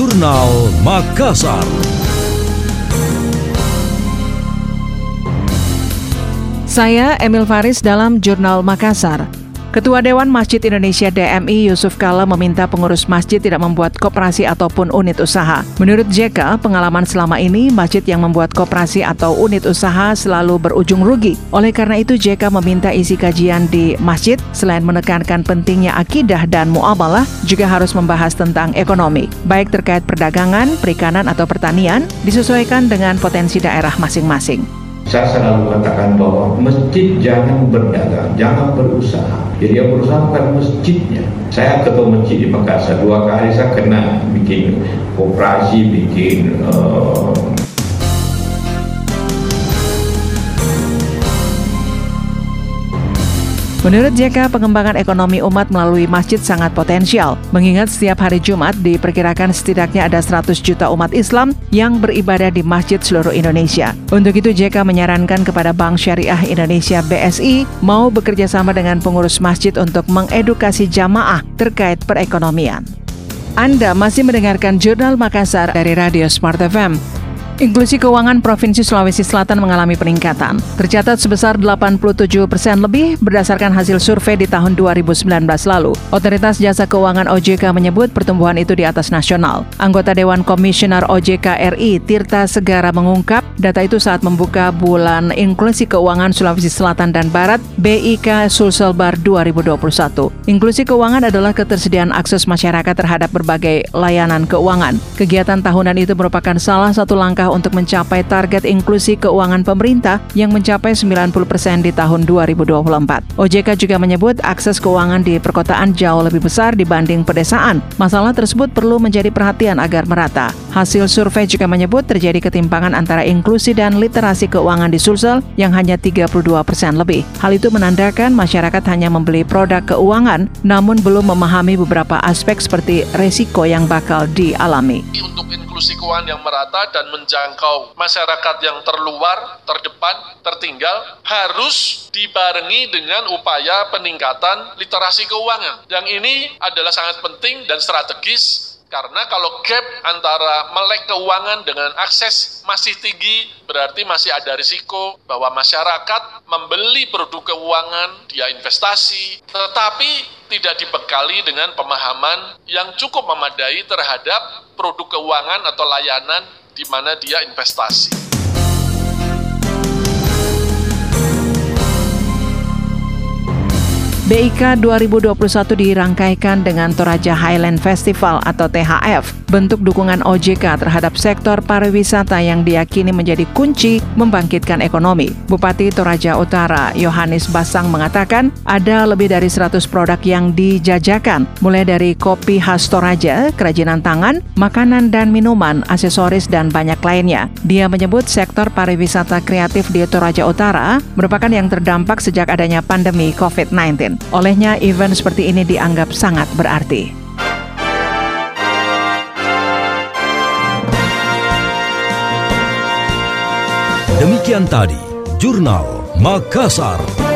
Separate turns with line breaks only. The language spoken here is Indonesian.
Jurnal Makassar.
Saya Emil Faris dalam Jurnal Makassar. Ketua Dewan Masjid Indonesia DMI Yusuf Kala meminta pengurus masjid tidak membuat koperasi ataupun unit usaha. Menurut JK, pengalaman selama ini masjid yang membuat koperasi atau unit usaha selalu berujung rugi. Oleh karena itu JK meminta isi kajian di masjid selain menekankan pentingnya akidah dan muamalah, juga harus membahas tentang ekonomi, baik terkait perdagangan, perikanan atau pertanian, disesuaikan dengan potensi daerah masing-masing.
Saya selalu katakan bahwa masjid jangan berdagang, jangan berusaha. Jadi yang berusaha bukan masjidnya. Saya ketua masjid di Makassar 2 kali saya kena bikin koperasi, bikin
Menurut JK, pengembangan ekonomi umat melalui masjid sangat potensial, mengingat setiap hari Jumat diperkirakan setidaknya ada 100 juta umat Islam yang beribadah di masjid seluruh Indonesia. Untuk itu JK menyarankan kepada Bank Syariah Indonesia BSI mau bekerja sama dengan pengurus masjid untuk mengedukasi jamaah terkait perekonomian. Anda masih mendengarkan Jurnal Makassar dari Radio Smart FM. Inklusi keuangan Provinsi Sulawesi Selatan mengalami peningkatan. Tercatat sebesar 87% lebih berdasarkan hasil survei di tahun 2019 lalu. Otoritas Jasa Keuangan OJK menyebut pertumbuhan itu di atas nasional. Anggota Dewan Komisioner OJK RI Tirta Segara mengungkap data itu saat membuka Bulan Inklusi Keuangan Sulawesi Selatan dan Barat BIK Sulselbar 2021. Inklusi keuangan adalah ketersediaan akses masyarakat terhadap berbagai layanan keuangan. Kegiatan tahunan itu merupakan salah satu langkah untuk mencapai target inklusi keuangan pemerintah yang mencapai 90% di tahun 2024. OJK juga menyebut akses keuangan di perkotaan jauh lebih besar dibanding pedesaan. Masalah tersebut perlu menjadi perhatian agar merata. Hasil survei juga menyebut terjadi ketimpangan antara inklusi dan literasi keuangan di Sulsel yang hanya 32% lebih. Hal itu menandakan masyarakat hanya membeli produk keuangan, namun belum memahami beberapa aspek seperti resiko yang bakal dialami.
Untuk inklusi keuangan yang merata dan menjangkau masyarakat yang terluar, terdepan, tertinggal harus dibarengi dengan upaya peningkatan literasi keuangan. Yang ini adalah sangat penting dan strategis karena kalau gap antara melek keuangan dengan akses masih tinggi, berarti masih ada risiko bahwa masyarakat membeli produk keuangan, dia investasi, tetapi tidak dibekali dengan pemahaman yang cukup memadai terhadap produk keuangan atau layanan di mana dia investasi.
BIK 2021 dirangkaikan dengan Toraja Highland Festival atau THF, bentuk dukungan OJK terhadap sektor pariwisata yang diyakini menjadi kunci membangkitkan ekonomi. Bupati Toraja Utara, Yohanes Basang mengatakan ada lebih dari 100 produk yang dijajakan, mulai dari kopi khas Toraja, kerajinan tangan, makanan dan minuman, aksesoris, dan banyak lainnya. Dia menyebut sektor pariwisata kreatif di Toraja Utara merupakan yang terdampak sejak adanya pandemi COVID-19. Olehnya, event seperti ini dianggap sangat berarti.
Demikian tadi, Jurnal Makassar.